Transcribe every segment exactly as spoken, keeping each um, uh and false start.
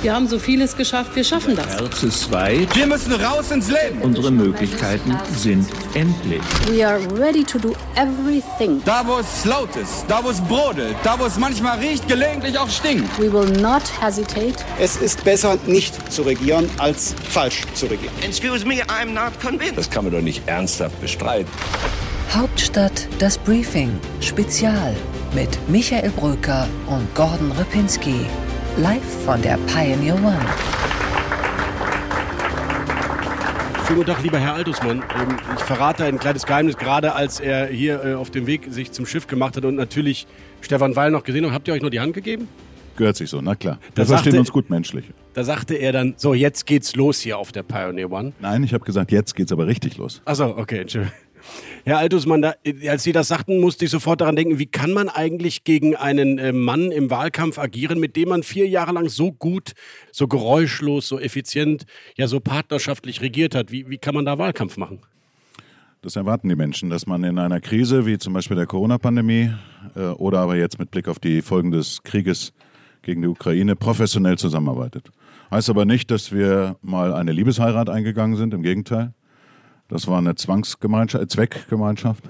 Wir haben so vieles geschafft, wir schaffen das. Herz ist weit. Wir müssen raus ins Leben. Unsere Möglichkeiten sind endlich. We are ready to do everything. Da, wo es laut ist, da, wo es brodelt, da, wo es manchmal riecht, gelegentlich auch stinkt. We will not hesitate. Es ist besser, nicht zu regieren, als falsch zu regieren. Excuse me, I'm not convinced. Das kann man doch nicht ernsthaft bestreiten. Hauptstadt, das Briefing, Spezial mit Michael Brücker und Gordon Ripinski. Live von der Pioneer One. Schönen guten Tag, lieber Herr Altusmann. Ich verrate ein kleines Geheimnis, gerade als er hier auf dem Weg sich zum Schiff gemacht hat und natürlich Stefan Weil noch gesehen hat. Habt ihr euch nur die Hand gegeben? Gehört sich so, na klar. Da Wir verstehen sagte, uns gut menschlich. Da sagte er dann, so, jetzt geht's los hier auf der Pioneer One. Nein, ich habe gesagt, jetzt geht's aber richtig los. Ach so, okay, Entschuldigung. Herr Altusmann, da, als Sie das sagten, musste ich sofort daran denken, wie kann man eigentlich gegen einen äh, Mann im Wahlkampf agieren, mit dem man vier Jahre lang so gut, so geräuschlos, so effizient, ja so partnerschaftlich regiert hat. Wie, wie kann man da Wahlkampf machen? Das erwarten die Menschen, dass man in einer Krise wie zum Beispiel der Corona-Pandemie äh, oder aber jetzt mit Blick auf die Folgen des Krieges gegen die Ukraine professionell zusammenarbeitet. Heißt aber nicht, dass wir mal eine Liebesheirat eingegangen sind, im Gegenteil. Das war eine Zwangsgemeinschaft, Zweckgemeinschaft.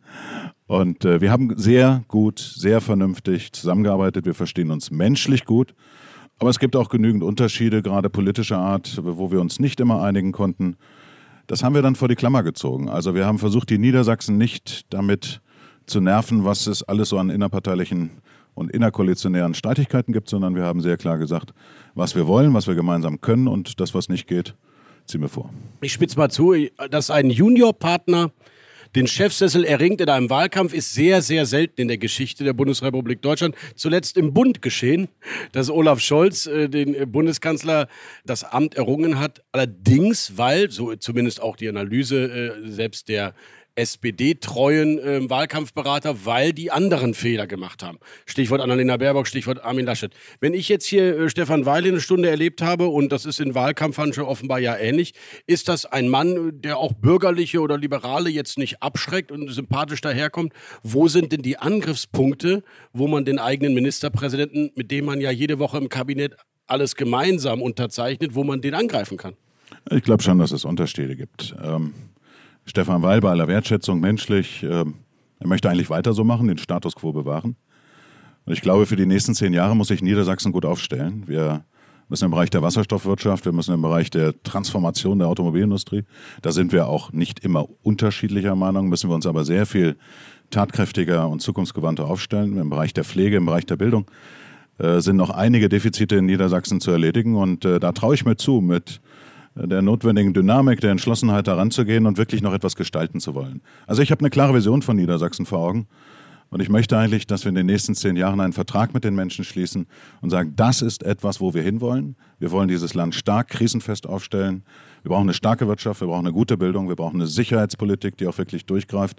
Und äh, wir haben sehr gut, sehr vernünftig zusammengearbeitet. Wir verstehen uns menschlich gut. Aber es gibt auch genügend Unterschiede, gerade politischer Art, wo wir uns nicht immer einigen konnten. Das haben wir dann vor die Klammer gezogen. Also wir haben versucht, die Niedersachsen nicht damit zu nerven, was es alles so an innerparteilichen und innerkoalitionären Streitigkeiten gibt, sondern wir haben sehr klar gesagt, was wir wollen, was wir gemeinsam können und das, was nicht geht, ziehen wir vor. Ich spitze mal zu, dass ein Juniorpartner den Chefsessel erringt in einem Wahlkampf, ist sehr, sehr selten in der Geschichte der Bundesrepublik Deutschland. Zuletzt im Bund geschehen, dass Olaf Scholz, äh, den Bundeskanzler, das Amt errungen hat. Allerdings, weil, so zumindest auch die Analyse äh, selbst der S P D-treuen äh, Wahlkampfberater, weil die anderen Fehler gemacht haben. Stichwort Annalena Baerbock, Stichwort Armin Laschet. Wenn ich jetzt hier äh, Stefan Weil eine Stunde erlebt habe, und das ist in Wahlkampfhandschuhen offenbar ja ähnlich, ist das ein Mann, der auch Bürgerliche oder Liberale jetzt nicht abschreckt und sympathisch daherkommt? Wo sind denn die Angriffspunkte, wo man den eigenen Ministerpräsidenten, mit dem man ja jede Woche im Kabinett alles gemeinsam unterzeichnet, wo man den angreifen kann? Ich glaube schon, dass es Unterschiede gibt. Ähm Stefan Weil, bei aller Wertschätzung menschlich, äh, er möchte eigentlich weiter so machen, den Status quo bewahren. Und ich glaube, für die nächsten zehn Jahre muss sich Niedersachsen gut aufstellen. Wir müssen im Bereich der Wasserstoffwirtschaft, wir müssen im Bereich der Transformation der Automobilindustrie, da sind wir auch nicht immer unterschiedlicher Meinung, müssen wir uns aber sehr viel tatkräftiger und zukunftsgewandter aufstellen. Im Bereich der Pflege, im Bereich der Bildung äh, sind noch einige Defizite in Niedersachsen zu erledigen. Und äh, da traue ich mir zu, mit der notwendigen Dynamik, der Entschlossenheit daran zu gehen und wirklich noch etwas gestalten zu wollen. Also ich habe eine klare Vision von Niedersachsen vor Augen und ich möchte eigentlich, dass wir in den nächsten zehn Jahren einen Vertrag mit den Menschen schließen und sagen, das ist etwas, wo wir hinwollen. Wir wollen dieses Land stark krisenfest aufstellen. Wir brauchen eine starke Wirtschaft, wir brauchen eine gute Bildung, wir brauchen eine Sicherheitspolitik, die auch wirklich durchgreift.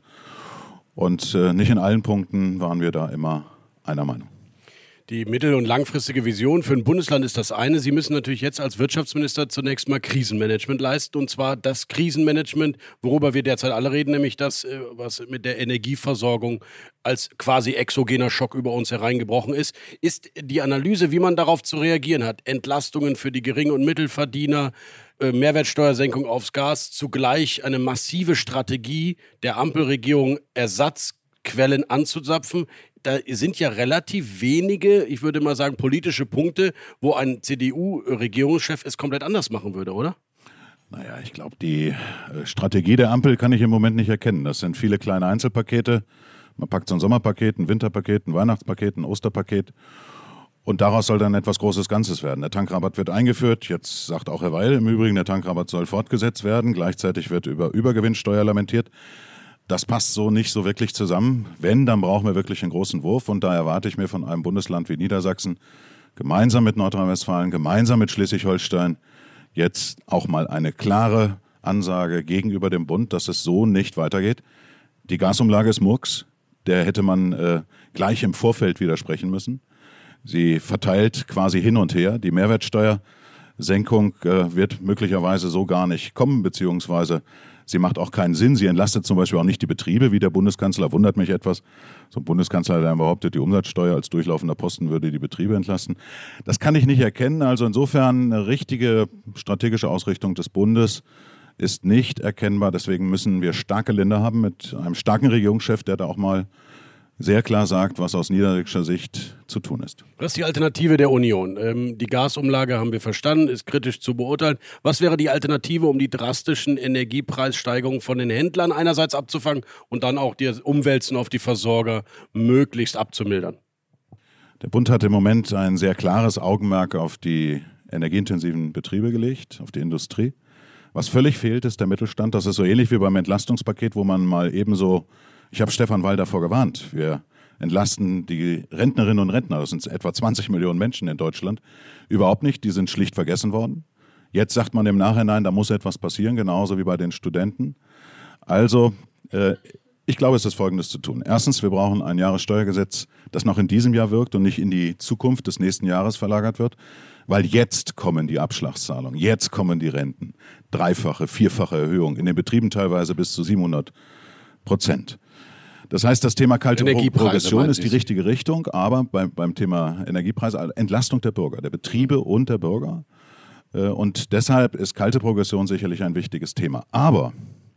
Und äh, nicht in allen Punkten waren wir da immer einer Meinung. Die mittel- und langfristige Vision für ein Bundesland ist das eine. Sie müssen natürlich jetzt als Wirtschaftsminister zunächst mal Krisenmanagement leisten. Und zwar das Krisenmanagement, worüber wir derzeit alle reden, nämlich das, was mit der Energieversorgung als quasi exogener Schock über uns hereingebrochen ist. Ist die Analyse, wie man darauf zu reagieren hat, Entlastungen für die Gering- und Mittelverdiener, Mehrwertsteuersenkung aufs Gas, zugleich eine massive Strategie der Ampelregierung, Ersatzquellen anzuzapfen. Da sind ja relativ wenige, ich würde mal sagen, politische Punkte, wo ein C D U-Regierungschef es komplett anders machen würde, oder? Naja, ich glaube, die Strategie der Ampel kann ich im Moment nicht erkennen. Das sind viele kleine Einzelpakete. Man packt so ein Sommerpaket, ein Winterpaket, ein Weihnachtspaket, ein Osterpaket. Und daraus soll dann etwas Großes Ganzes werden. Der Tankrabatt wird eingeführt. Jetzt sagt auch Herr Weil im Übrigen, der Tankrabatt soll fortgesetzt werden. Gleichzeitig wird über Übergewinnsteuer lamentiert. Das passt so nicht so wirklich zusammen. Wenn, dann brauchen wir wirklich einen großen Wurf. Und da erwarte ich mir von einem Bundesland wie Niedersachsen, gemeinsam mit Nordrhein-Westfalen, gemeinsam mit Schleswig-Holstein, jetzt auch mal eine klare Ansage gegenüber dem Bund, dass es so nicht weitergeht. Die Gasumlage ist Murks. Der hätte man äh, gleich im Vorfeld widersprechen müssen. Sie verteilt quasi hin und her. Die Mehrwertsteuersenkung äh, wird möglicherweise so gar nicht kommen, beziehungsweise Sie macht auch keinen Sinn. Sie entlastet zum Beispiel auch nicht die Betriebe, wie der Bundeskanzler, wundert mich etwas. So ein Bundeskanzler, der behauptet, die Umsatzsteuer als durchlaufender Posten würde die Betriebe entlasten. Das kann ich nicht erkennen. Also insofern eine richtige strategische Ausrichtung des Bundes ist nicht erkennbar. Deswegen müssen wir starke Länder haben mit einem starken Regierungschef, der da auch mal sehr klar sagt, was aus niedersächsischer Sicht zu tun ist. Was ist die Alternative der Union? Ähm, die Gasumlage haben wir verstanden, ist kritisch zu beurteilen. Was wäre die Alternative, um die drastischen Energiepreissteigerungen von den Händlern einerseits abzufangen und dann auch die Umwälzen auf die Versorger möglichst abzumildern? Der Bund hat im Moment ein sehr klares Augenmerk auf die energieintensiven Betriebe gelegt, auf die Industrie. Was völlig fehlt, ist der Mittelstand. Das ist so ähnlich wie beim Entlastungspaket, wo man mal ebenso, ich habe Stefan Weil davor gewarnt, wir entlasten die Rentnerinnen und Rentner, das sind etwa zwanzig Millionen Menschen in Deutschland, überhaupt nicht, die sind schlicht vergessen worden. Jetzt sagt man im Nachhinein, da muss etwas passieren, genauso wie bei den Studenten. Also, äh, ich glaube, es ist Folgendes zu tun. Erstens, wir brauchen ein Jahressteuergesetz, das noch in diesem Jahr wirkt und nicht in die Zukunft des nächsten Jahres verlagert wird, weil jetzt kommen die Abschlagszahlungen, jetzt kommen die Renten, dreifache, vierfache Erhöhung, in den Betrieben teilweise bis zu siebenhundert Prozent. Das heißt, das Thema kalte Progression ist die richtige Richtung, aber beim, beim Thema Energiepreise, Entlastung der Bürger, der Betriebe und der Bürger. Und deshalb ist kalte Progression sicherlich ein wichtiges Thema. Aber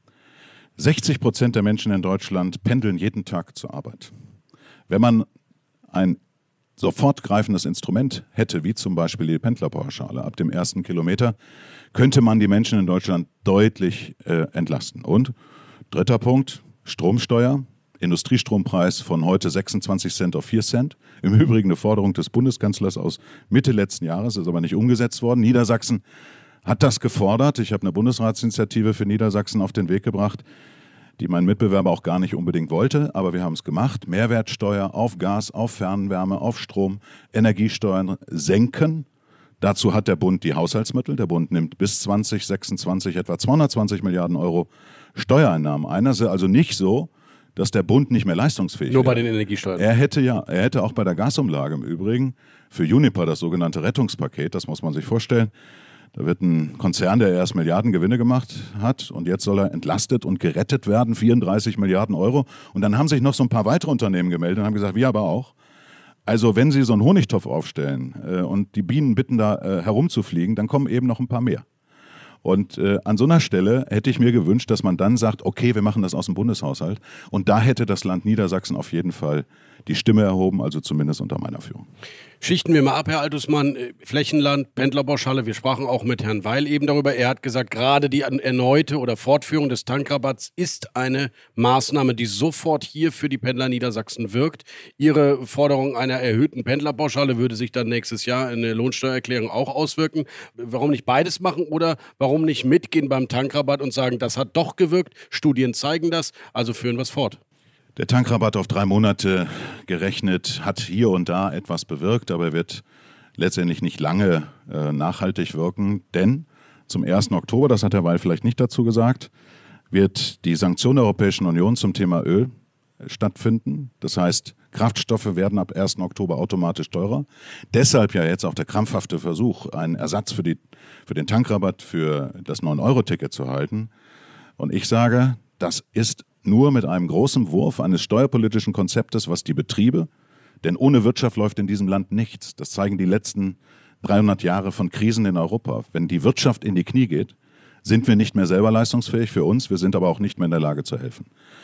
sechzig Prozent der Menschen in Deutschland pendeln jeden Tag zur Arbeit. Wenn man ein sofort greifendes Instrument hätte, wie zum Beispiel die Pendlerpauschale ab dem ersten Kilometer, könnte man die Menschen in Deutschland deutlich äh, entlasten. Und dritter Punkt, Stromsteuer. Industriestrompreis von heute sechsundzwanzig Cent auf vier Cent. Im Übrigen eine Forderung des Bundeskanzlers aus Mitte letzten Jahres, ist aber nicht umgesetzt worden. Niedersachsen hat das gefordert. Ich habe eine Bundesratsinitiative für Niedersachsen auf den Weg gebracht, die mein Mitbewerber auch gar nicht unbedingt wollte, aber wir haben es gemacht. Mehrwertsteuer auf Gas, auf Fernwärme, auf Strom, Energiesteuern senken. Dazu hat der Bund die Haushaltsmittel. Der Bund nimmt bis zwanzig sechsundzwanzig etwa zweihundertzwanzig Milliarden Euro Steuereinnahmen ein. Das ist also nicht so, dass der Bund nicht mehr leistungsfähig ist. Nur bei den Energiesteuern. Er hätte ja, er hätte auch bei der Gasumlage im Übrigen für Uniper das sogenannte Rettungspaket, das muss man sich vorstellen. Da wird ein Konzern, der erst Milliarden Gewinne gemacht hat und jetzt soll er entlastet und gerettet werden, vierunddreißig Milliarden Euro. Und dann haben sich noch so ein paar weitere Unternehmen gemeldet und haben gesagt, wir aber auch. Also wenn Sie so einen Honigtopf aufstellen äh, und die Bienen bitten da äh, herumzufliegen, dann kommen eben noch ein paar mehr. Und äh, an so einer Stelle hätte ich mir gewünscht, dass man dann sagt, okay, wir machen das aus dem Bundeshaushalt. Und da hätte das Land Niedersachsen auf jeden Fall die Stimme erhoben, also zumindest unter meiner Führung. Schichten wir mal ab, Herr Altusmann. Flächenland, Pendlerpauschale, wir sprachen auch mit Herrn Weil eben darüber. Er hat gesagt, gerade die erneute oder Fortführung des Tankrabatts ist eine Maßnahme, die sofort hier für die Pendler Niedersachsen wirkt. Ihre Forderung einer erhöhten Pendlerpauschale würde sich dann nächstes Jahr in der Lohnsteuererklärung auch auswirken. Warum nicht beides machen oder warum nicht mitgehen beim Tankrabatt und sagen, das hat doch gewirkt, Studien zeigen das, also führen wir es fort? Der Tankrabatt auf drei Monate gerechnet hat hier und da etwas bewirkt, aber er wird letztendlich nicht lange äh, nachhaltig wirken, denn zum ersten Oktober, das hat Herr Weil vielleicht nicht dazu gesagt, wird die Sanktion der Europäischen Union zum Thema Öl stattfinden. Das heißt, Kraftstoffe werden ab ersten Oktober automatisch teurer. Deshalb ja jetzt auch der krampfhafte Versuch, einen Ersatz für, die, für den Tankrabatt für das neun Euro Ticket zu halten. Und ich sage, das ist nur mit einem großen Wurf eines steuerpolitischen Konzeptes, was die Betriebe, denn ohne Wirtschaft läuft in diesem Land nichts. Das zeigen die letzten dreihundert Jahre von Krisen in Europa. Wenn die Wirtschaft in die Knie geht, sind wir nicht mehr selber leistungsfähig für uns, wir sind aber auch nicht mehr in der Lage zu helfen.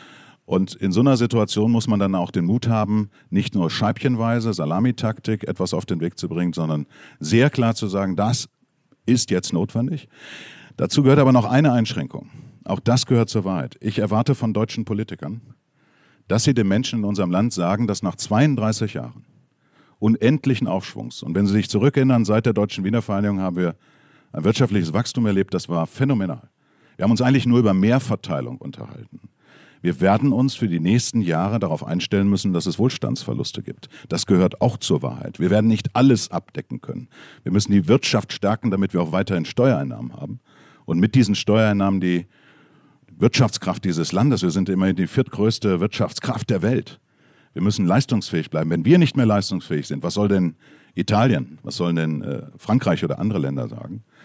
Und in so einer Situation muss man dann auch den Mut haben, nicht nur scheibchenweise, Salamitaktik etwas auf den Weg zu bringen, sondern sehr klar zu sagen, das ist jetzt notwendig. Dazu gehört aber noch eine Einschränkung. Auch das gehört zur Wahrheit. Ich erwarte von deutschen Politikern, dass sie den Menschen in unserem Land sagen, dass nach zweiunddreißig Jahren unendlichen Aufschwungs, und wenn Sie sich zurückerinnern, seit der deutschen Wiedervereinigung haben wir ein wirtschaftliches Wachstum erlebt, das war phänomenal. Wir haben uns eigentlich nur über Mehrverteilung unterhalten. Wir werden uns für die nächsten Jahre darauf einstellen müssen, dass es Wohlstandsverluste gibt. Das gehört auch zur Wahrheit. Wir werden nicht alles abdecken können. Wir müssen die Wirtschaft stärken, damit wir auch weiterhin Steuereinnahmen haben. Und mit diesen Steuereinnahmen die Wirtschaftskraft dieses Landes, wir sind immerhin die viertgrößte Wirtschaftskraft der Welt. Wir müssen leistungsfähig bleiben. Wenn wir nicht mehr leistungsfähig sind, was soll denn Italien, was sollen denn äh, Frankreich oder andere Länder sagen?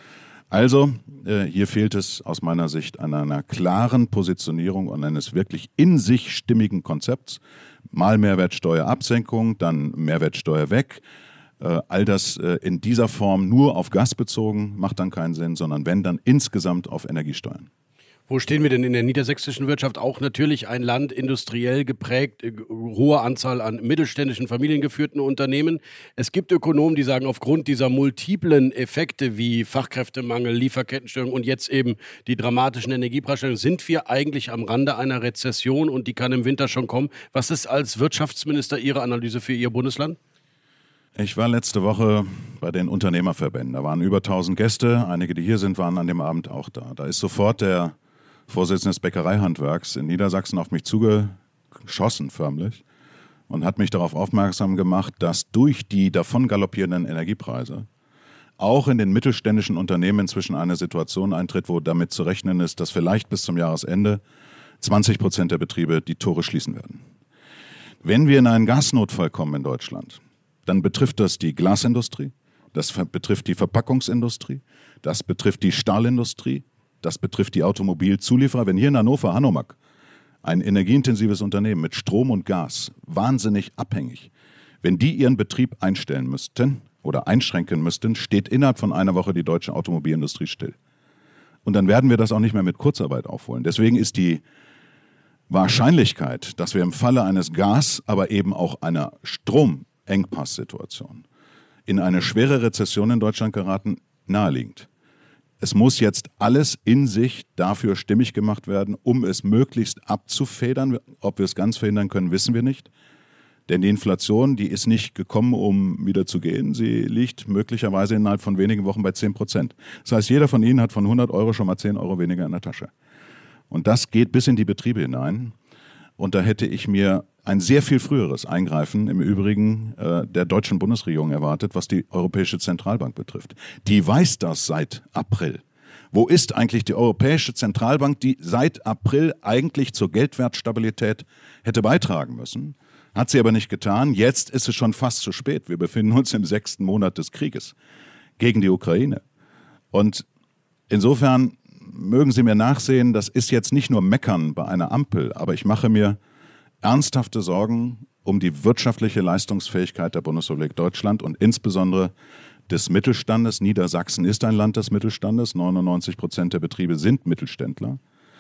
Also, äh, hier fehlt es aus meiner Sicht an einer klaren Positionierung und eines wirklich in sich stimmigen Konzepts. Mal Mehrwertsteuerabsenkung, dann Mehrwertsteuer weg. Äh, all das äh, in dieser Form nur auf Gas bezogen macht dann keinen Sinn, sondern wenn, dann insgesamt auf Energiesteuern. Wo stehen wir denn in der niedersächsischen Wirtschaft? Auch natürlich ein Land industriell geprägt, äh, hohe Anzahl an mittelständischen, familiengeführten Unternehmen. Es gibt Ökonomen, die sagen, aufgrund dieser multiplen Effekte wie Fachkräftemangel, Lieferkettenstörung und jetzt eben die dramatischen Energiepreissteigerungen, sind wir eigentlich am Rande einer Rezession und die kann im Winter schon kommen. Was ist als Wirtschaftsminister Ihre Analyse für Ihr Bundesland? Ich war letzte Woche bei den Unternehmerverbänden. Da waren über tausend Gäste. Einige, die hier sind, waren an dem Abend auch da. Da ist sofort der Vorsitzende des Bäckereihandwerks in Niedersachsen auf mich zugeschossen förmlich und hat mich darauf aufmerksam gemacht, dass durch die davon galoppierenden Energiepreise auch in den mittelständischen Unternehmen inzwischen eine Situation eintritt, wo damit zu rechnen ist, dass vielleicht bis zum Jahresende zwanzig Prozent der Betriebe die Tore schließen werden. Wenn wir in einen Gasnotfall kommen in Deutschland, dann betrifft das die Glasindustrie, das betrifft die Verpackungsindustrie, das betrifft die Stahlindustrie, das betrifft die Automobilzulieferer. Wenn hier in Hannover, Hanomag, ein energieintensives Unternehmen mit Strom und Gas, wahnsinnig abhängig, wenn die ihren Betrieb einstellen müssten oder einschränken müssten, steht innerhalb von einer Woche die deutsche Automobilindustrie still. Und dann werden wir das auch nicht mehr mit Kurzarbeit aufholen. Deswegen ist die Wahrscheinlichkeit, dass wir im Falle eines Gas, aber eben auch einer Stromengpasssituation in eine schwere Rezession in Deutschland geraten, naheliegend. Es muss jetzt alles in sich dafür stimmig gemacht werden, um es möglichst abzufedern. Ob wir es ganz verhindern können, wissen wir nicht. Denn die Inflation, die ist nicht gekommen, um wieder zu gehen. Sie liegt möglicherweise innerhalb von wenigen Wochen bei zehn Prozent. Das heißt, jeder von Ihnen hat von hundert Euro schon mal zehn Euro weniger in der Tasche. Und das geht bis in die Betriebe hinein. Und da hätte ich mir ein sehr viel früheres Eingreifen im Übrigen äh, der deutschen Bundesregierung erwartet, was die Europäische Zentralbank betrifft. Die weiß das seit April. Wo ist eigentlich die Europäische Zentralbank, die seit April eigentlich zur Geldwertstabilität hätte beitragen müssen? Hat sie aber nicht getan. Jetzt ist es schon fast zu spät. Wir befinden uns im sechsten Monat des Krieges gegen die Ukraine. Und insofern mögen Sie mir nachsehen, das ist jetzt nicht nur Meckern bei einer Ampel, aber ich mache mir ernsthafte Sorgen um die wirtschaftliche Leistungsfähigkeit der Bundesrepublik Deutschland und insbesondere des Mittelstandes. Niedersachsen ist ein Land des Mittelstandes. neunundneunzig Prozent der Betriebe sind Mittelständler.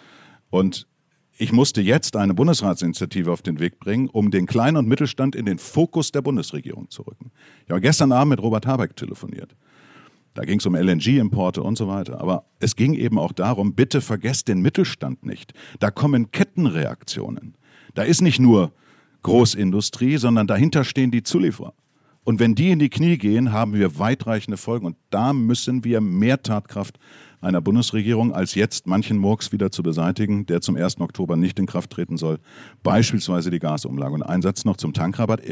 Und ich musste jetzt eine Bundesratsinitiative auf den Weg bringen, um den Klein- und Mittelstand in den Fokus der Bundesregierung zu rücken. Ich habe gestern Abend mit Robert Habeck telefoniert. Da ging es um L N G-Importe und so weiter. Aber es ging eben auch darum, bitte vergesst den Mittelstand nicht. Da kommen Kettenreaktionen. Da ist nicht nur Großindustrie, sondern dahinter stehen die Zulieferer. Und wenn die in die Knie gehen, haben wir weitreichende Folgen. Und da müssen wir mehr Tatkraft einer Bundesregierung, als jetzt manchen Murks wieder zu beseitigen, der zum ersten Oktober nicht in Kraft treten soll. Beispielsweise die Gasumlage. Und ein Satz noch zum Tankrabatt.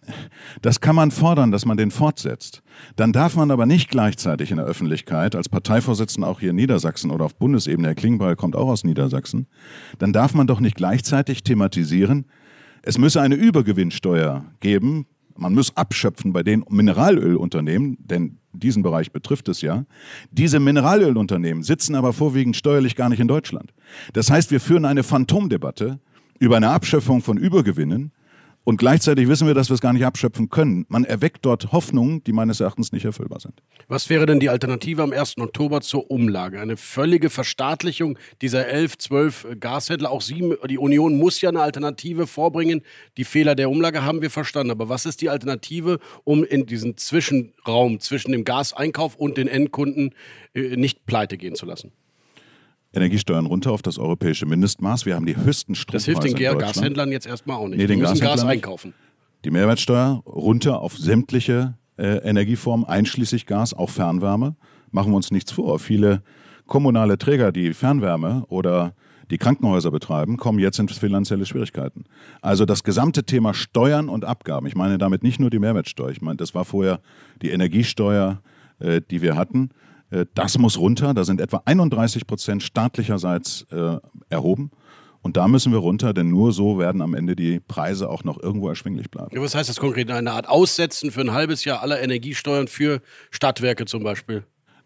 Das kann man fordern, dass man den fortsetzt. Dann darf man aber nicht gleichzeitig in der Öffentlichkeit, als Parteivorsitzender auch hier in Niedersachsen oder auf Bundesebene, Herr Klingbeil kommt auch aus Niedersachsen, dann darf man doch nicht gleichzeitig thematisieren, es müsse eine Übergewinnsteuer geben. Man muss abschöpfen bei den Mineralölunternehmen, denn diesen Bereich betrifft es ja. Diese Mineralölunternehmen sitzen aber vorwiegend steuerlich gar nicht in Deutschland. Das heißt, wir führen eine Phantomdebatte über eine Abschöpfung von Übergewinnen und gleichzeitig wissen wir, dass wir es gar nicht abschöpfen können. Man erweckt dort Hoffnungen, die meines Erachtens nicht erfüllbar sind. Was wäre denn die Alternative am ersten Oktober zur Umlage? Eine völlige Verstaatlichung dieser elf, zwölf Gashändler? Auch Sie, die Union muss ja eine Alternative vorbringen. Die Fehler der Umlage haben wir verstanden. Aber was ist die Alternative, um in diesen Zwischenraum zwischen dem Gaseinkauf und den Endkunden äh, nicht pleite gehen zu lassen? Energiesteuern runter auf das europäische Mindestmaß. Wir haben die höchsten Strompreise. Das hilft den Gashändlern jetzt erstmal auch nicht. Nee, den die müssen Gashändlern Gas einkaufen. Die Mehrwertsteuer runter auf sämtliche äh, Energieformen, einschließlich Gas, auch Fernwärme. Machen wir uns nichts vor. Viele kommunale Träger, die Fernwärme oder die Krankenhäuser betreiben, kommen jetzt in finanzielle Schwierigkeiten. Also das gesamte Thema Steuern und Abgaben, ich meine damit nicht nur die Mehrwertsteuer, ich meine, das war vorher die Energiesteuer, äh, die wir hatten. Das muss runter, da sind etwa einunddreißig Prozent staatlicherseits äh, erhoben. Und da müssen wir runter, denn nur so werden am Ende die Preise auch noch irgendwo erschwinglich bleiben. Ja, was heißt das konkret? Eine Art Aussetzen für ein halbes Jahr aller Energiesteuern für Stadtwerke zum Beispiel?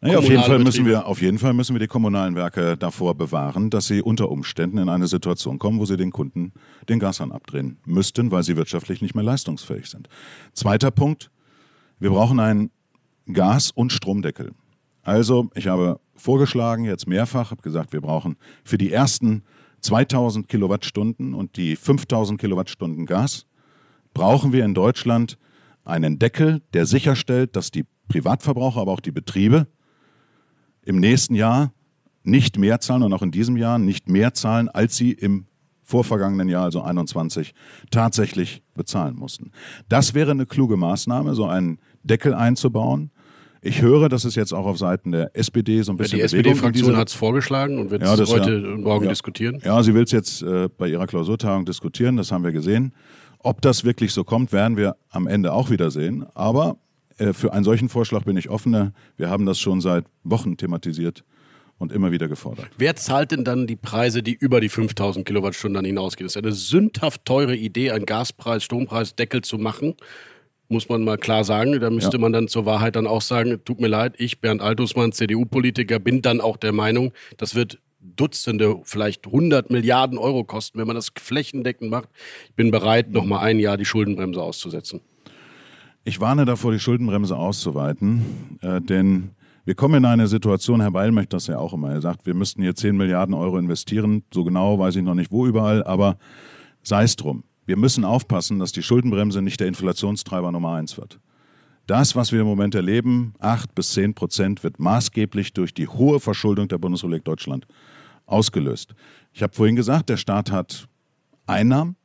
Naja, auf jeden Fall müssen wir, auf jeden Fall müssen wir die kommunalen Werke davor bewahren, dass sie unter Umständen in eine Situation kommen, wo sie den Kunden den Gashahn abdrehen müssten, weil sie wirtschaftlich nicht mehr leistungsfähig sind. Zweiter Punkt, wir brauchen einen Gas- und Stromdeckel. Also, ich habe vorgeschlagen, jetzt mehrfach, habe gesagt, wir brauchen für die ersten zweitausend Kilowattstunden und die fünftausend Kilowattstunden Gas, brauchen wir in Deutschland einen Deckel, der sicherstellt, dass die Privatverbraucher, aber auch die Betriebe im nächsten Jahr nicht mehr zahlen und auch in diesem Jahr nicht mehr zahlen, als sie im vorvergangenen Jahr, also einundzwanzig, tatsächlich bezahlen mussten. Das wäre eine kluge Maßnahme, so einen Deckel einzubauen. Ich höre, dass es jetzt auch auf Seiten der S P D so ein bisschen ja, die Bewegung S P D-Fraktion hat es vorgeschlagen und wird es ja, heute ja, und morgen ja, diskutieren. Ja, sie will es jetzt äh, bei ihrer Klausurtagung diskutieren, das haben wir gesehen. Ob das wirklich so kommt, werden wir am Ende auch wieder sehen. Aber äh, für einen solchen Vorschlag bin ich offener. Wir haben das schon seit Wochen thematisiert und immer wieder gefordert. Wer zahlt denn dann die Preise, die über die fünftausend Kilowattstunden dann hinausgehen? Das ist eine sündhaft teure Idee, einen Gaspreis, Strompreisdeckel zu machen. Muss man mal klar sagen, da müsste ja. man dann zur Wahrheit dann auch sagen, tut mir leid, ich, Bernd Altusmann, C D U-Politiker, bin dann auch der Meinung, das wird Dutzende, vielleicht hundert Milliarden Euro kosten, wenn man das flächendeckend macht. Ich bin bereit, noch mal ein Jahr die Schuldenbremse auszusetzen. Ich warne davor, die Schuldenbremse auszuweiten, äh, denn wir kommen in eine Situation, Herr Weil möchte das ja auch immer, er sagt, wir müssten hier zehn Milliarden Euro investieren, so genau weiß ich noch nicht wo überall, aber sei es drum. Wir müssen aufpassen, dass die Schuldenbremse nicht der Inflationstreiber Nummer eins wird. Das, was wir im Moment erleben, acht bis zehn Prozent, wird maßgeblich durch die hohe Verschuldung der Bundesrepublik Deutschland ausgelöst. Ich habe vorhin gesagt, der Staat hat Einnahmen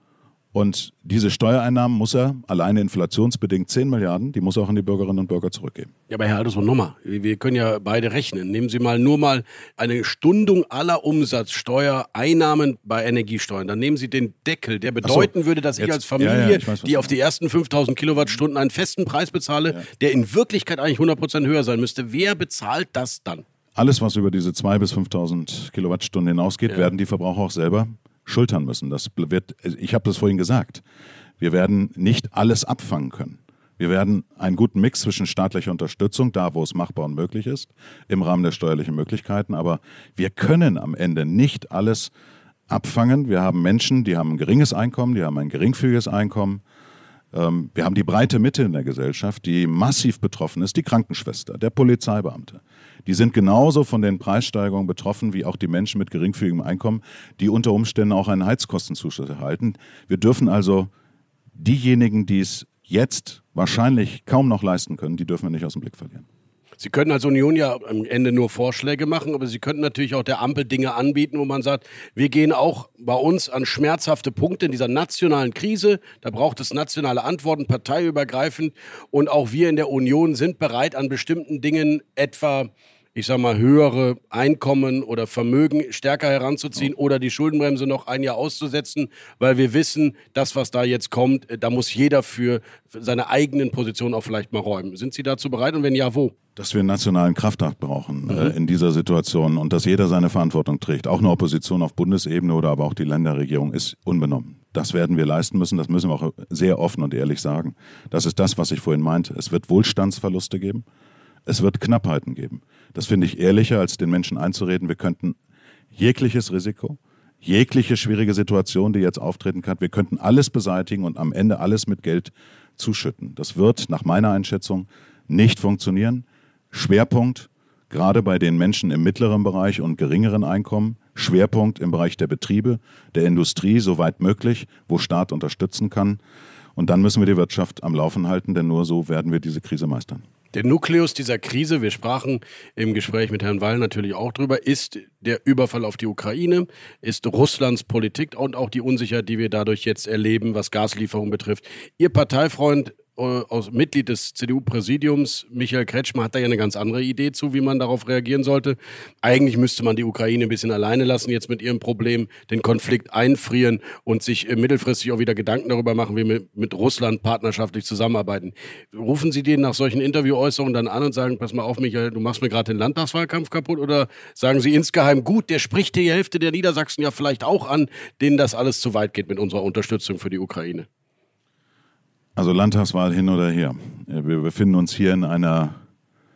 und diese Steuereinnahmen muss er, alleine inflationsbedingt zehn Milliarden, die muss er auch an die Bürgerinnen und Bürger zurückgeben. Ja, aber Herr Altusmann, nochmal, wir können ja beide rechnen. Nehmen Sie mal nur mal eine Stundung aller Umsatzsteuereinnahmen bei Energiesteuern. Dann nehmen Sie den Deckel, der bedeuten so, würde, dass jetzt, ich als Familie, ja, ja, ich weiß, die auf die ersten fünftausend Kilowattstunden einen festen Preis bezahle, ja. der in Wirklichkeit eigentlich hundert Prozent höher sein müsste. Wer bezahlt das dann? Alles, was über diese zweitausend bis fünftausend Kilowattstunden hinausgeht, ja. werden die Verbraucher auch selber schultern müssen. Das wird, ich habe das vorhin gesagt, wir werden nicht alles abfangen können. Wir werden einen guten Mix zwischen staatlicher Unterstützung, da wo es machbar und möglich ist, im Rahmen der steuerlichen Möglichkeiten, aber wir können am Ende nicht alles abfangen. Wir haben Menschen, die haben ein geringes Einkommen, die haben ein geringfügiges Einkommen. Ähm, wir haben die breite Mitte in der Gesellschaft, die massiv betroffen ist, die Krankenschwester, der Polizeibeamte. Die sind genauso von den Preissteigerungen betroffen wie auch die Menschen mit geringfügigem Einkommen, die unter Umständen auch einen Heizkostenzuschuss erhalten. Wir dürfen also diejenigen, die es jetzt wahrscheinlich kaum noch leisten können, die dürfen wir nicht aus dem Blick verlieren. Sie können als Union ja am Ende nur Vorschläge machen, aber Sie könnten natürlich auch der Ampel Dinge anbieten, wo man sagt, wir gehen auch bei uns an schmerzhafte Punkte in dieser nationalen Krise. Da braucht es nationale Antworten, parteiübergreifend. Und auch wir in der Union sind bereit, an bestimmten Dingen etwa, ich sag mal, höhere Einkommen oder Vermögen stärker heranzuziehen oder die Schuldenbremse noch ein Jahr auszusetzen, weil wir wissen, das, was da jetzt kommt, da muss jeder für seine eigenen Positionen auch vielleicht mal räumen. Sind Sie dazu bereit und wenn ja, wo? Dass wir einen nationalen Kraftakt brauchen mhm. äh, in dieser Situation und dass jeder seine Verantwortung trägt. Auch eine Opposition auf Bundesebene oder aber auch die Länderregierung ist unbenommen. Das werden wir leisten müssen, das müssen wir auch sehr offen und ehrlich sagen. Das ist das, was ich vorhin meinte. Es wird Wohlstandsverluste geben, es wird Knappheiten geben. Das finde ich ehrlicher, als den Menschen einzureden, wir könnten jegliches Risiko, jegliche schwierige Situation, die jetzt auftreten kann, wir könnten alles beseitigen und am Ende alles mit Geld zuschütten. Das wird nach meiner Einschätzung nicht funktionieren. Schwerpunkt, gerade bei den Menschen im mittleren Bereich und geringeren Einkommen, Schwerpunkt im Bereich der Betriebe, der Industrie, soweit möglich, wo Staat unterstützen kann. Und dann müssen wir die Wirtschaft am Laufen halten, denn nur so werden wir diese Krise meistern. Der Nukleus dieser Krise, wir sprachen im Gespräch mit Herrn Weil natürlich auch drüber, ist der Überfall auf die Ukraine, ist Russlands Politik und auch die Unsicherheit, die wir dadurch jetzt erleben, was Gaslieferungen betrifft. Ihr Parteifreund, aus Mitglied des C D U-Präsidiums, Michael Kretschmer, hat da ja eine ganz andere Idee zu, wie man darauf reagieren sollte. Eigentlich müsste man die Ukraine ein bisschen alleine lassen, jetzt mit ihrem Problem, den Konflikt einfrieren und sich mittelfristig auch wieder Gedanken darüber machen, wie wir mit Russland partnerschaftlich zusammenarbeiten. Rufen Sie den nach solchen Interviewäußerungen dann an und sagen, pass mal auf, Michael, du machst mir gerade den Landtagswahlkampf kaputt? Oder sagen Sie insgeheim, gut, der spricht die Hälfte der Niedersachsen ja vielleicht auch an, denen das alles zu weit geht mit unserer Unterstützung für die Ukraine? Also Landtagswahl hin oder her. Wir befinden uns hier in einer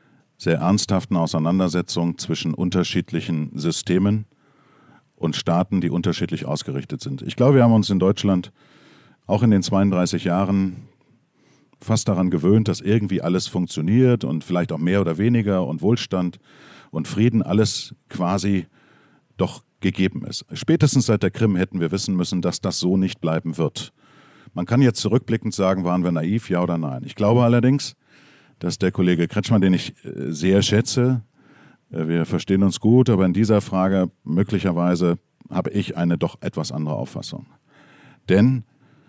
sehr ernsthaften Auseinandersetzung zwischen unterschiedlichen Systemen und Staaten, die unterschiedlich ausgerichtet sind. Ich glaube, wir haben uns in Deutschland auch in den zweiunddreißig Jahren fast daran gewöhnt, dass irgendwie alles funktioniert und vielleicht auch mehr oder weniger und Wohlstand und Frieden alles quasi doch gegeben ist. Spätestens seit der Krim hätten wir wissen müssen, dass das so nicht bleiben wird. Man kann jetzt zurückblickend sagen, waren wir naiv, ja oder nein. Ich glaube allerdings, dass der Kollege Kretschmann, den ich sehr schätze, wir verstehen uns gut, aber in dieser Frage möglicherweise habe ich eine doch etwas andere Auffassung. Denn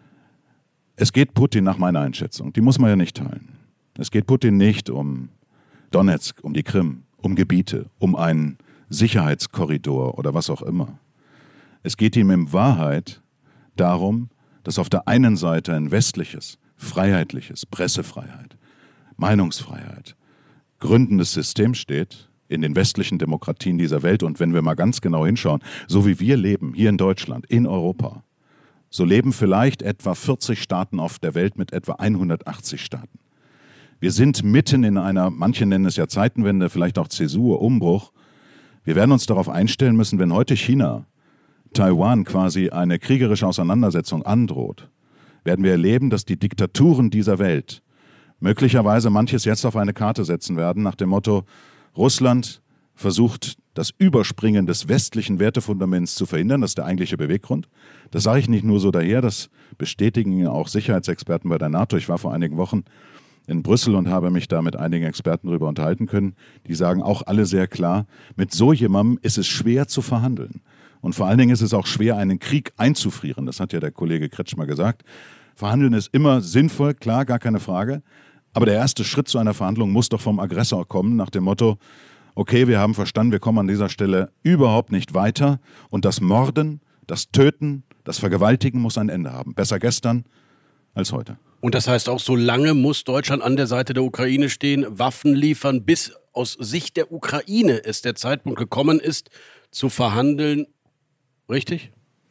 es geht Putin nach meiner Einschätzung, die muss man ja nicht teilen. Es geht Putin nicht um Donetsk, um die Krim, um Gebiete, um einen Sicherheitskorridor oder was auch immer. Es geht ihm in Wahrheit darum, dass auf der einen Seite ein westliches, freiheitliches, Pressefreiheit, Meinungsfreiheit, gründendes System steht in den westlichen Demokratien dieser Welt. Und wenn wir mal ganz genau hinschauen, so wie wir leben, hier in Deutschland, in Europa, so leben vielleicht etwa vierzig Staaten auf der Welt mit etwa hundertachtzig Staaten. Wir sind mitten in einer, manche nennen es ja Zeitenwende, vielleicht auch Zäsur, Umbruch. Wir werden uns darauf einstellen müssen, wenn heute China Taiwan quasi eine kriegerische Auseinandersetzung androht, werden wir erleben, dass die Diktaturen dieser Welt möglicherweise manches jetzt auf eine Karte setzen werden, nach dem Motto, Russland versucht, das Überspringen des westlichen Wertefundaments zu verhindern. Das ist der eigentliche Beweggrund. Das sage ich nicht nur so daher, das bestätigen auch Sicherheitsexperten bei der NATO. Ich war vor einigen Wochen in Brüssel und habe mich da mit einigen Experten darüber unterhalten können. Die sagen auch alle sehr klar, mit so jemandem ist es schwer zu verhandeln. Und vor allen Dingen ist es auch schwer, einen Krieg einzufrieren. Das hat ja der Kollege Kretschmer gesagt. Verhandeln ist immer sinnvoll, klar, gar keine Frage. Aber der erste Schritt zu einer Verhandlung muss doch vom Aggressor kommen, nach dem Motto, okay, wir haben verstanden, wir kommen an dieser Stelle überhaupt nicht weiter. Und das Morden, das Töten, das Vergewaltigen muss ein Ende haben. Besser gestern als heute. Und das heißt auch, so lange muss Deutschland an der Seite der Ukraine stehen, Waffen liefern, bis aus Sicht der Ukraine es der Zeitpunkt gekommen ist, zu verhandeln. Richtig?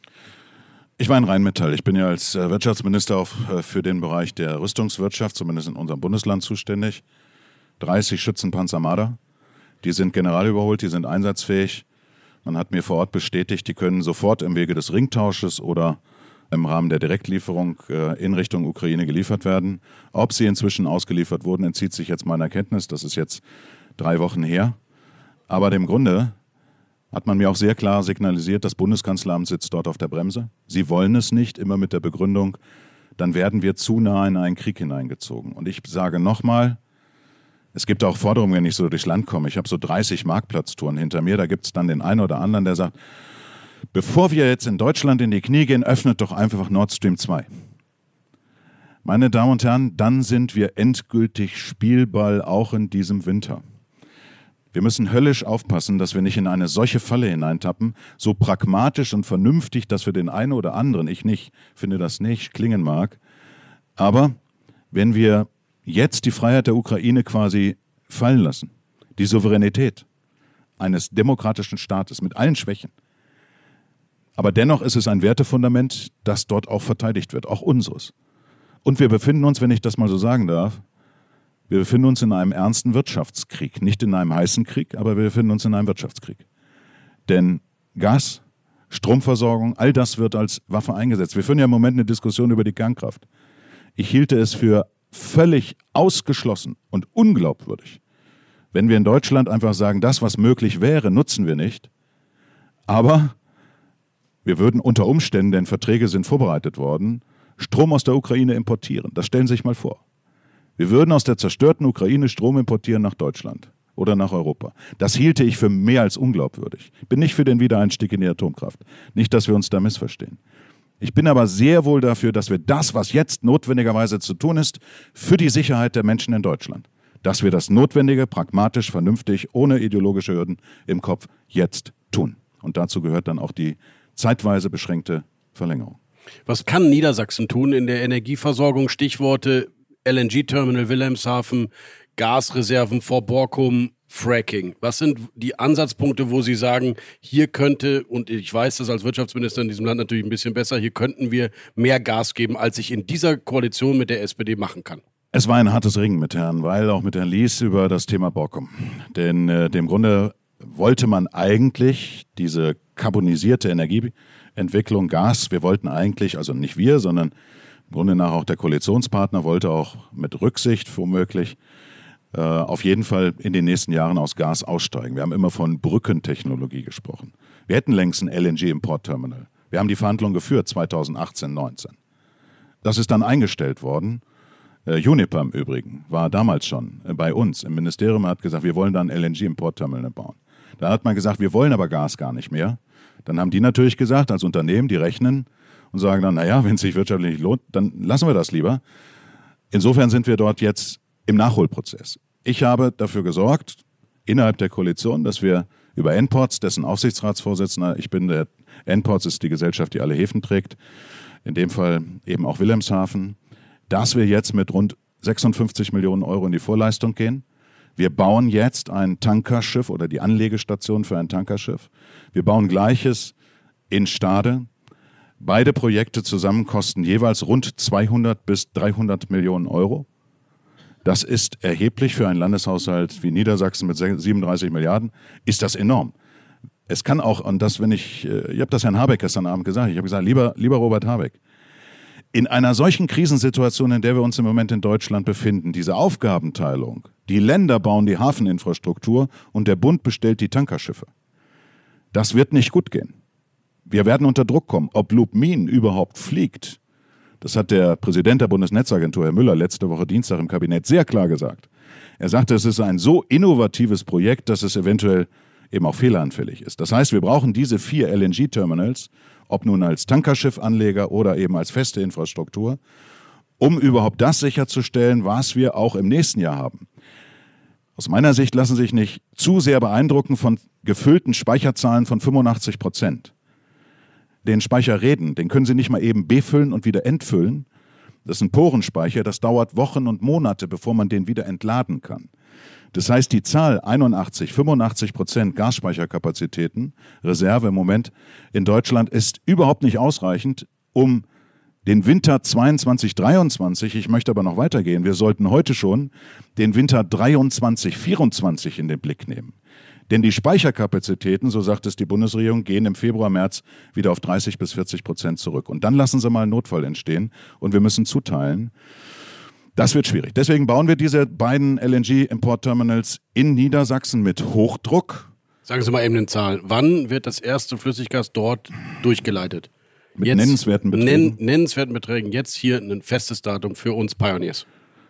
Ich war in Rheinmetall. Ich bin ja als Wirtschaftsminister auch für den Bereich der Rüstungswirtschaft, zumindest in unserem Bundesland, zuständig. dreißig Schützenpanzer Marder. Die sind generalüberholt, die sind einsatzfähig. Man hat mir vor Ort bestätigt, die können sofort im Wege des Ringtausches oder im Rahmen der Direktlieferung in Richtung Ukraine geliefert werden. Ob sie inzwischen ausgeliefert wurden, entzieht sich jetzt meiner Kenntnis. Das ist jetzt drei Wochen her. Aber im Grunde hat man mir auch sehr klar signalisiert, das Bundeskanzleramt sitzt dort auf der Bremse. Sie wollen es nicht, immer mit der Begründung, dann werden wir zu nah in einen Krieg hineingezogen. Und ich sage nochmal, es gibt auch Forderungen, wenn ich so durchs Land komme. Ich habe so dreißig Marktplatztouren hinter mir. Da gibt es dann den einen oder anderen, der sagt, bevor wir jetzt in Deutschland in die Knie gehen, öffnet doch einfach Nord Stream zwei. Meine Damen und Herren, dann sind wir endgültig Spielball auch in diesem Winter. Wir müssen höllisch aufpassen, dass wir nicht in eine solche Falle hineintappen, so pragmatisch und vernünftig, dass wir den einen oder anderen, ich nicht, finde das nicht, klingen mag. Aber wenn wir jetzt die Freiheit der Ukraine quasi fallen lassen, die Souveränität eines demokratischen Staates mit allen Schwächen, aber dennoch ist es ein Wertefundament, das dort auch verteidigt wird, auch unseres. Und wir befinden uns, wenn ich das mal so sagen darf, wir befinden uns in einem ernsten Wirtschaftskrieg. Nicht in einem heißen Krieg, aber wir befinden uns in einem Wirtschaftskrieg. Denn Gas, Stromversorgung, all das wird als Waffe eingesetzt. Wir führen ja im Moment eine Diskussion über die Kernkraft. Ich hielte es für völlig ausgeschlossen und unglaubwürdig, wenn wir in Deutschland einfach sagen, das, was möglich wäre, nutzen wir nicht. Aber wir würden unter Umständen, denn Verträge sind vorbereitet worden, Strom aus der Ukraine importieren. Das stellen Sie sich mal vor. Wir würden aus der zerstörten Ukraine Strom importieren nach Deutschland oder nach Europa. Das hielte ich für mehr als unglaubwürdig. Ich bin nicht für den Wiedereinstieg in die Atomkraft. Nicht, dass wir uns da missverstehen. Ich bin aber sehr wohl dafür, dass wir das, was jetzt notwendigerweise zu tun ist, für die Sicherheit der Menschen in Deutschland, dass wir das Notwendige, pragmatisch, vernünftig, ohne ideologische Hürden im Kopf jetzt tun. Und dazu gehört dann auch die zeitweise beschränkte Verlängerung. Was kann Niedersachsen tun in der Energieversorgung? Stichworte L N G-Terminal Wilhelmshaven, Gasreserven vor Borkum, Fracking. Was sind die Ansatzpunkte, wo Sie sagen, hier könnte, und ich weiß das als Wirtschaftsminister in diesem Land natürlich ein bisschen besser, hier könnten wir mehr Gas geben, als ich in dieser Koalition mit der S P D machen kann? Es war ein hartes Ringen mit Herrn Weil, auch mit Herrn Lies über das Thema Borkum. Denn äh, dem Grunde wollte man eigentlich diese karbonisierte Energieentwicklung, Gas, wir wollten eigentlich, also nicht wir, sondern im Grunde nach auch der Koalitionspartner wollte auch mit Rücksicht womöglich äh, auf jeden Fall in den nächsten Jahren aus Gas aussteigen. Wir haben immer von Brückentechnologie gesprochen. Wir hätten längst ein L N G-Importterminal. Wir haben die Verhandlungen geführt zweitausendachtzehn, neunzehn. Das ist dann eingestellt worden. Äh, Uniper im Übrigen war damals schon äh, bei uns im Ministerium, hat gesagt, wir wollen da ein L N G-Importterminal bauen. Da hat man gesagt, wir wollen aber Gas gar nicht mehr. Dann haben die natürlich gesagt, als Unternehmen, die rechnen und sagen dann, naja, wenn es sich wirtschaftlich nicht lohnt, dann lassen wir das lieber. Insofern sind wir dort jetzt im Nachholprozess. Ich habe dafür gesorgt, innerhalb der Koalition, dass wir über N-Ports, dessen Aufsichtsratsvorsitzender, ich bin der, N-Ports ist die Gesellschaft, die alle Häfen trägt, in dem Fall eben auch Wilhelmshaven, dass wir jetzt mit rund sechsundfünfzig Millionen Euro in die Vorleistung gehen. Wir bauen jetzt ein Tankerschiff oder die Anlegestation für ein Tankerschiff. Wir bauen Gleiches in Stade. Beide Projekte zusammen kosten jeweils rund zweihundert bis dreihundert Millionen Euro. Das ist erheblich für einen Landeshaushalt wie Niedersachsen mit siebenunddreißig Milliarden. Ist das enorm. Es kann auch, und das, wenn ich, ich habe das Herrn Habeck gestern Abend gesagt, ich habe gesagt, lieber, lieber Robert Habeck, in einer solchen Krisensituation, in der wir uns im Moment in Deutschland befinden, diese Aufgabenteilung, die Länder bauen die Hafeninfrastruktur und der Bund bestellt die Tankerschiffe. Das wird nicht gut gehen. Wir werden unter Druck kommen. Ob Lubmin überhaupt fliegt, das hat der Präsident der Bundesnetzagentur, Herr Müller, letzte Woche Dienstag im Kabinett sehr klar gesagt. Er sagte, es ist ein so innovatives Projekt, dass es eventuell eben auch fehleranfällig ist. Das heißt, wir brauchen diese vier L N G-Terminals, ob nun als Tankerschiffanleger oder eben als feste Infrastruktur, um überhaupt das sicherzustellen, was wir auch im nächsten Jahr haben. Aus meiner Sicht lassen sich nicht zu sehr beeindrucken von gefüllten Speicherzahlen von fünfundachtzig Prozent. Den Speicher reden, den können Sie nicht mal eben befüllen und wieder entfüllen. Das ist ein Porenspeicher, das dauert Wochen und Monate, bevor man den wieder entladen kann. Das heißt, die Zahl einundachtzig, fünfundachtzig Prozent Gasspeicherkapazitäten, Reserve im Moment in Deutschland, ist überhaupt nicht ausreichend, um den Winter zweiundzwanzig, dreiundzwanzig, ich möchte aber noch weitergehen, wir sollten heute schon den Winter dreiundzwanzig, vierundzwanzig in den Blick nehmen. Denn die Speicherkapazitäten, so sagt es die Bundesregierung, gehen im Februar, März wieder auf dreißig bis vierzig Prozent zurück. Und dann lassen sie mal einen Notfall entstehen und wir müssen zuteilen. Das wird schwierig. Deswegen bauen wir diese beiden L N G-Importterminals in Niedersachsen mit Hochdruck. Sagen Sie mal eben eine Zahl. Wann wird das erste Flüssiggas dort durchgeleitet? Mit jetzt, nennenswerten Beträgen. Nenn, nennenswerten Beträgen. Jetzt hier ein festes Datum für uns Pioneers.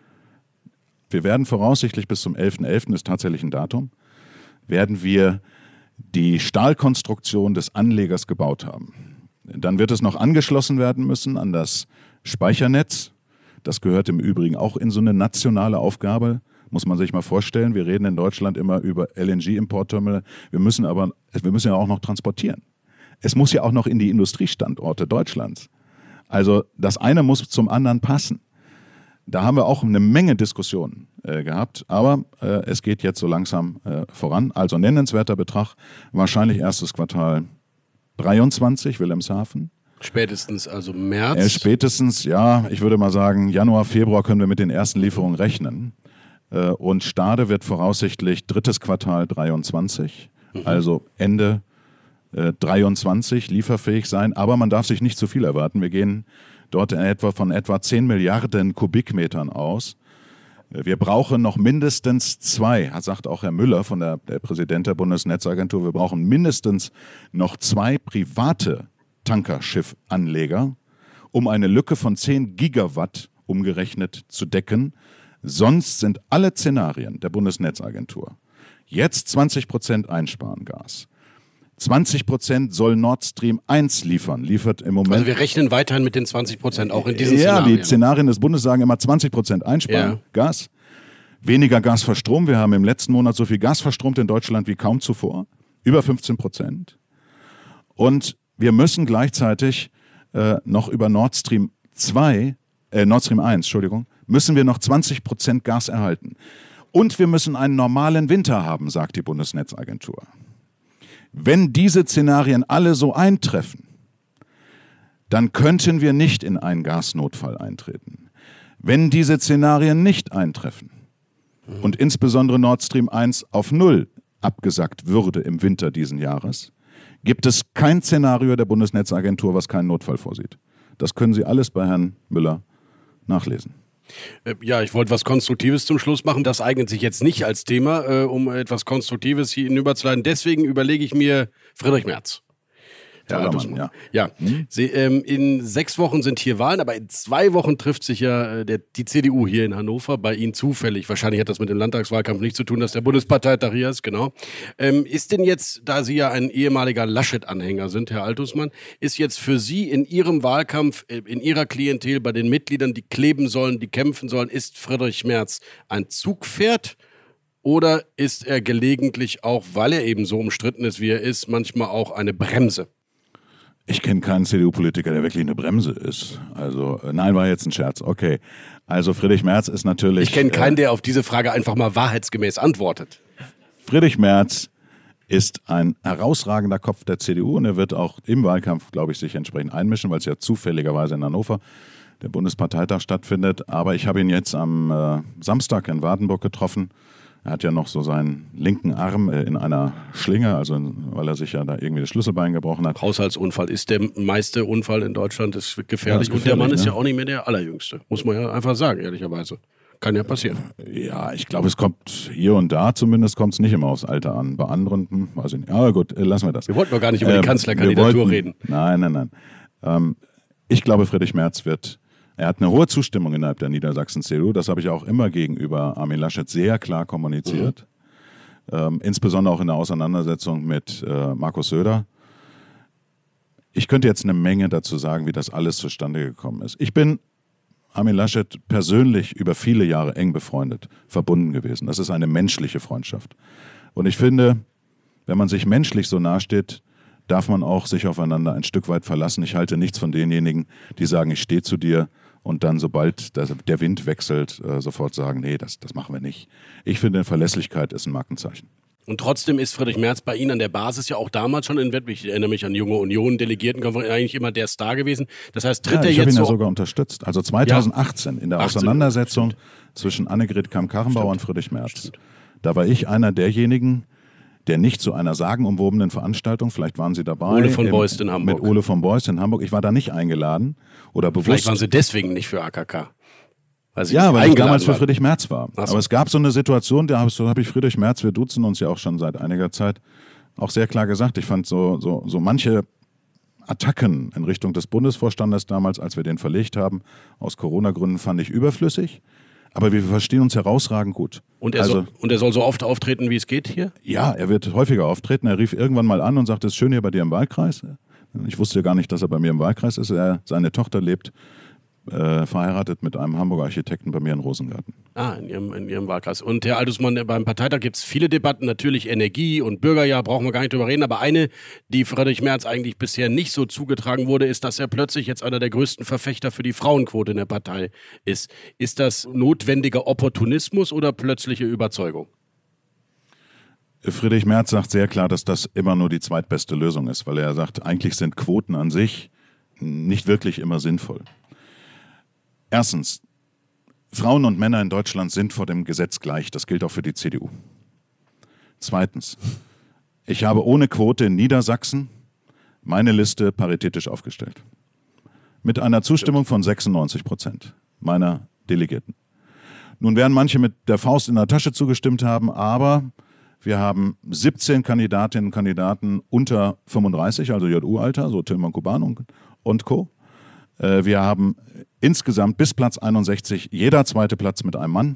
Wir werden voraussichtlich bis zum elften elften ist tatsächlich ein Datum, werden wir die Stahlkonstruktion des Anlegers gebaut haben. Dann wird es noch angeschlossen werden müssen an das Speichernetz. Das gehört im Übrigen auch in so eine nationale Aufgabe, muss man sich mal vorstellen. Wir reden in Deutschland immer über L N G-Importterminal. Wir müssen aber, wir müssen ja auch noch transportieren. Es muss ja auch noch in die Industriestandorte Deutschlands. Also das eine muss zum anderen passen. Da haben wir auch eine Menge Diskussionen äh, gehabt, aber äh, es geht jetzt so langsam äh, voran. Also nennenswerter Betrag, wahrscheinlich erstes Quartal dreiundzwanzig, Wilhelmshaven. Spätestens also März? Äh, spätestens, ja, ich würde mal sagen, Januar, Februar können wir mit den ersten Lieferungen rechnen. Äh, und Stade wird voraussichtlich drittes Quartal dreiundzwanzig, mhm. also Ende äh, dreiundzwanzig lieferfähig sein. Aber man darf sich nicht zu viel erwarten. Wir gehen dort in etwa von etwa zehn Milliarden Kubikmetern aus. Wir brauchen noch mindestens zwei, sagt auch Herr Müller, von der, der Präsident der Bundesnetzagentur, wir brauchen mindestens noch zwei private Tankerschiffanleger, um eine Lücke von zehn Gigawatt umgerechnet zu decken. Sonst sind alle Szenarien der Bundesnetzagentur jetzt zwanzig Prozent einsparen Gas. zwanzig Prozent soll Nord Stream eins liefern, liefert im Moment. Also wir rechnen weiterhin mit den zwanzig Prozent auch in diesen ja, Szenarien. Die Szenarien des Bundes sagen immer zwanzig Prozent einsparen, ja. Gas. Weniger Gas verstromt. Wir haben im letzten Monat so viel Gas verstromt in Deutschland wie kaum zuvor. Über fünfzehn Prozent. Und wir müssen gleichzeitig äh, noch über Nord Stream zwei, äh, Nord Stream eins, Entschuldigung, müssen wir noch zwanzig Prozent Gas erhalten. Und wir müssen einen normalen Winter haben, sagt die Bundesnetzagentur. Wenn diese Szenarien alle so eintreffen, dann könnten wir nicht in einen Gasnotfall eintreten. Wenn diese Szenarien nicht eintreffen und insbesondere Nord Stream eins auf Null abgesagt würde im Winter diesen Jahres, gibt es kein Szenario der Bundesnetzagentur, was keinen Notfall vorsieht. Das können Sie alles bei Herrn Müller nachlesen. Ja, ich wollte was Konstruktives zum Schluss machen. Das eignet sich jetzt nicht als Thema, äh, um etwas Konstruktives hier hinüberzuleiten. Deswegen überlege ich mir Friedrich Merz. Herr Allermann, ja. Ja, hm? Sie, ähm, in sechs Wochen sind hier Wahlen, aber in zwei Wochen trifft sich ja äh, der, die C D U hier in Hannover, bei Ihnen zufällig. Wahrscheinlich hat das mit dem Landtagswahlkampf nichts zu tun, dass der Bundesparteitag hier ist, genau. Ähm, ist denn jetzt, da Sie ja ein ehemaliger Laschet-Anhänger sind, Herr Altusmann, ist jetzt für Sie in Ihrem Wahlkampf, äh, in Ihrer Klientel, bei den Mitgliedern, die kleben sollen, die kämpfen sollen, ist Friedrich Merz ein Zugpferd? Oder ist er gelegentlich auch, weil er eben so umstritten ist, wie er ist, manchmal auch eine Bremse? Ich kenne keinen C D U-Politiker, der wirklich eine Bremse ist. Also, äh, nein, war jetzt ein Scherz. Okay. Also, Friedrich Merz ist natürlich... Ich kenne keinen, äh, der auf diese Frage einfach mal wahrheitsgemäß antwortet. Friedrich Merz ist ein herausragender Kopf der C D U und er wird auch im Wahlkampf, glaube ich, sich entsprechend einmischen, weil es ja zufälligerweise in Hannover der Bundesparteitag stattfindet. Aber ich habe ihn jetzt am äh, Samstag in Wartenburg getroffen. Er hat ja noch so seinen linken Arm äh, in einer Schlinge, also in, weil er sich ja da irgendwie das Schlüsselbein gebrochen hat. Haushaltsunfall ist der meiste Unfall in Deutschland, ist gefährlich. Ja, ist gefährlich und der Mann ne? ist ja auch nicht mehr der Allerjüngste, muss man ja einfach sagen, ehrlicherweise. Kann ja passieren. Ja, ich glaube, es kommt hier und da zumindest kommt es nicht immer aufs Alter an. Bei anderen, hm, weiß ich nicht. Aber gut, äh, lassen wir das. Wir wollten doch gar nicht über ähm, die Kanzlerkandidatur wollten, reden. Nein, nein, nein. Ähm, ich glaube, Friedrich Merz wird... Er hat eine hohe Zustimmung innerhalb der Niedersachsen-C D U. Das habe ich auch immer gegenüber Armin Laschet sehr klar kommuniziert. Mhm. Ähm, insbesondere auch in der Auseinandersetzung mit äh, Markus Söder. Ich könnte jetzt eine Menge dazu sagen, wie das alles zustande gekommen ist. Ich bin Armin Laschet persönlich über viele Jahre eng befreundet, verbunden gewesen. Das ist eine menschliche Freundschaft. Und ich finde, wenn man sich menschlich so nahesteht, darf man auch sich aufeinander ein Stück weit verlassen. Ich halte nichts von denjenigen, die sagen, ich stehe zu dir und dann, sobald der Wind wechselt, sofort sagen, nee, das, das machen wir nicht. Ich finde, Verlässlichkeit ist ein Markenzeichen. Und trotzdem ist Friedrich Merz bei Ihnen an der Basis ja auch damals schon in Wettbewerb. Ich erinnere mich an Junge Union, Delegiertenkonferenz, eigentlich immer der Star gewesen. Das heißt, tritt ja, er ich jetzt ihn so... ja sogar unterstützt. Also zweitausendachtzehn in der achtzehn Auseinandersetzung stimmt. zwischen Annegret Kramp-Karrenbauer und Friedrich Merz. Stimmt. Da war ich einer derjenigen, der nicht zu einer sagenumwobenen Veranstaltung, vielleicht waren Sie dabei. Ole von im, Beust in Hamburg. Mit Ole von Beust in Hamburg. Ich war da nicht eingeladen oder bewusst. Vielleicht waren Sie deswegen nicht für A K K. Weil Sie ja, weil ich damals waren. für Friedrich Merz war. So. Aber es gab so eine Situation, da habe hab ich Friedrich Merz, wir duzen uns ja auch schon seit einiger Zeit, auch sehr klar gesagt. Ich fand so, so, so manche Attacken in Richtung des Bundesvorstandes damals, als wir den verlegt haben, aus Corona-Gründen, fand ich überflüssig. Aber wir verstehen uns herausragend gut. Und er, also, soll, und er soll so oft auftreten, wie es geht hier? Ja, er wird häufiger auftreten. Er rief irgendwann mal an und sagte, es ist schön hier bei dir im Wahlkreis. Ich wusste gar nicht, dass er bei mir im Wahlkreis ist. Er, seine Tochter lebt äh, verheiratet mit einem Hamburger Architekten bei mir in Rosengarten. Ah, in Ihrem, in Ihrem Wahlkreis. Und Herr Altusmann, beim Parteitag gibt es viele Debatten, natürlich Energie und Bürgerjahr, brauchen wir gar nicht drüber reden, aber eine, die Friedrich Merz eigentlich bisher nicht so zugetragen wurde, ist, dass er plötzlich jetzt einer der größten Verfechter für die Frauenquote in der Partei ist. Ist das notwendiger Opportunismus oder plötzliche Überzeugung? Friedrich Merz sagt sehr klar, dass das immer nur die zweitbeste Lösung ist, weil er sagt, eigentlich sind Quoten an sich nicht wirklich immer sinnvoll. Erstens, Frauen und Männer in Deutschland sind vor dem Gesetz gleich. Das gilt auch für die C D U. Zweitens, ich habe ohne Quote in Niedersachsen meine Liste paritätisch aufgestellt. Mit einer Zustimmung von sechsundneunzig Prozent meiner Delegierten. Nun werden manche mit der Faust in der Tasche zugestimmt haben, aber wir haben siebzehn Kandidatinnen und Kandidaten unter fünfunddreißig, also J U-Alter, so Tilman Kuban und, und Co. Wir haben insgesamt bis Platz einundsechzig jeder zweite Platz mit einem Mann.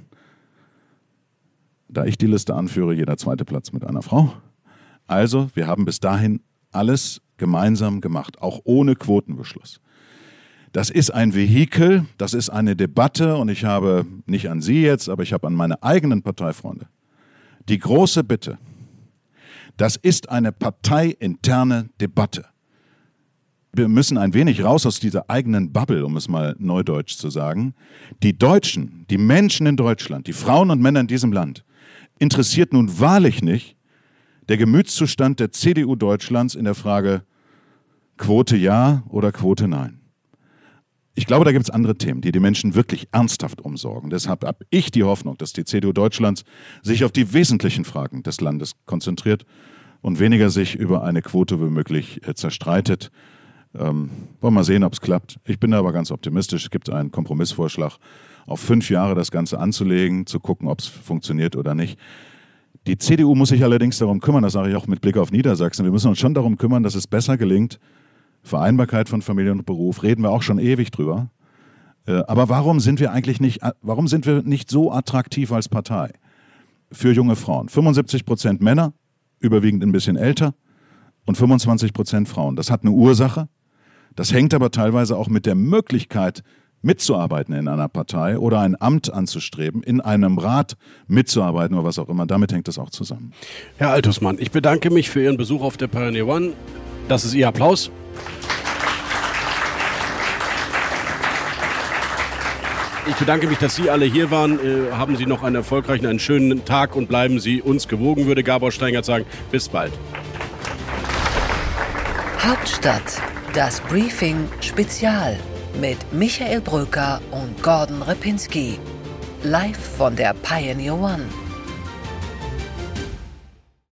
Da ich die Liste anführe, jeder zweite Platz mit einer Frau. Also, wir haben bis dahin alles gemeinsam gemacht, auch ohne Quotenbeschluss. Das ist ein Vehikel, das ist eine Debatte und ich habe, nicht an Sie jetzt, aber ich habe an meine eigenen Parteifreunde die große Bitte, das ist eine parteiinterne Debatte. Wir müssen ein wenig raus aus dieser eigenen Bubble, um es mal neudeutsch zu sagen. Die Deutschen, die Menschen in Deutschland, die Frauen und Männer in diesem Land, interessiert nun wahrlich nicht der Gemütszustand der C D U Deutschlands in der Frage Quote ja oder Quote nein. Ich glaube, da gibt es andere Themen, die die Menschen wirklich ernsthaft umsorgen. Deshalb habe ich die Hoffnung, dass die C D U Deutschlands sich auf die wesentlichen Fragen des Landes konzentriert und weniger sich über eine Quote womöglich äh, zerstreitet. Ähm, wollen wir mal sehen, ob es klappt. Ich bin da aber ganz optimistisch. Es gibt einen Kompromissvorschlag, auf fünf Jahre das Ganze anzulegen, zu gucken, ob es funktioniert oder nicht. Die C D U muss sich allerdings darum kümmern, das sage ich auch mit Blick auf Niedersachsen, wir müssen uns schon darum kümmern, dass es besser gelingt. Vereinbarkeit von Familie und Beruf, reden wir auch schon ewig drüber. Äh, aber warum sind wir eigentlich nicht, warum sind wir nicht so attraktiv als Partei für junge Frauen? fünfundsiebzig Prozent Männer, überwiegend ein bisschen älter, und fünfundzwanzig Prozent Frauen. Das hat eine Ursache. Das hängt aber teilweise auch mit der Möglichkeit, mitzuarbeiten in einer Partei oder ein Amt anzustreben, in einem Rat mitzuarbeiten oder was auch immer. Damit hängt das auch zusammen. Herr Altusmann, ich bedanke mich für Ihren Besuch auf der Pioneer One. Das ist Ihr Applaus. Ich bedanke mich, dass Sie alle hier waren. Äh, haben Sie noch einen erfolgreichen, einen schönen Tag und bleiben Sie uns gewogen, würde Gabor Steingart sagen. Bis bald. Hauptstadt, das Briefing Spezial mit Michael Bröker und Gordon Repinski. Live von der Pioneer One.